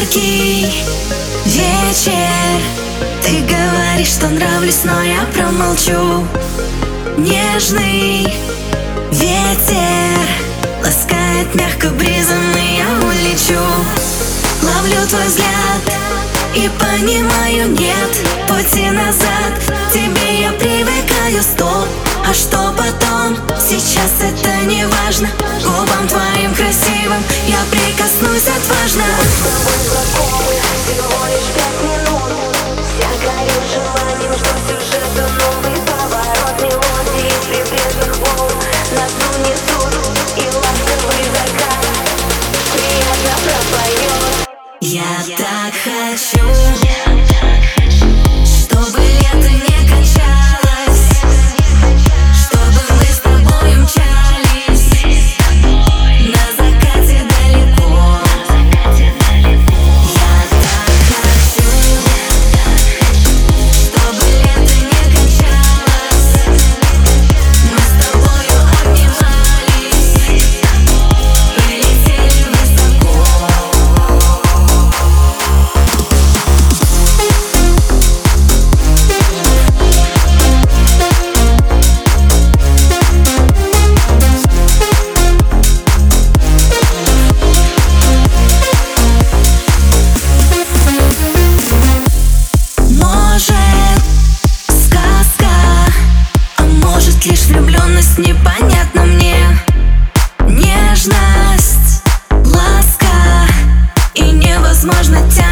яркий вечер. Ты говоришь, что нравлюсь, но я промолчу. Нежный ветер ласкает мягко бризом, и я улечу. Ловлю твой взгляд и понимаю, нет пути назад. К тебе я привыкаю, стоп. А что потом? Сейчас это не важно. Губам твоим красивым я прикоснусь отважно. Мы с тобой знакомы всего лишь 5 минут. Я горю желанием, что сюжету новый поворот. Мелодии прибрежных волн нас унесут, и ласковый закат приятно пропоет. Я так хочу, чтобы лето не кончалось, чтобы мы с тобой умчались на закате далеко. Я так хочу, чтобы лето не кончалось, мы с тобою обнимались и летели высоко. Лишь влюбленность непонятна мне. Нежность, ласка, и невозможно тянуть.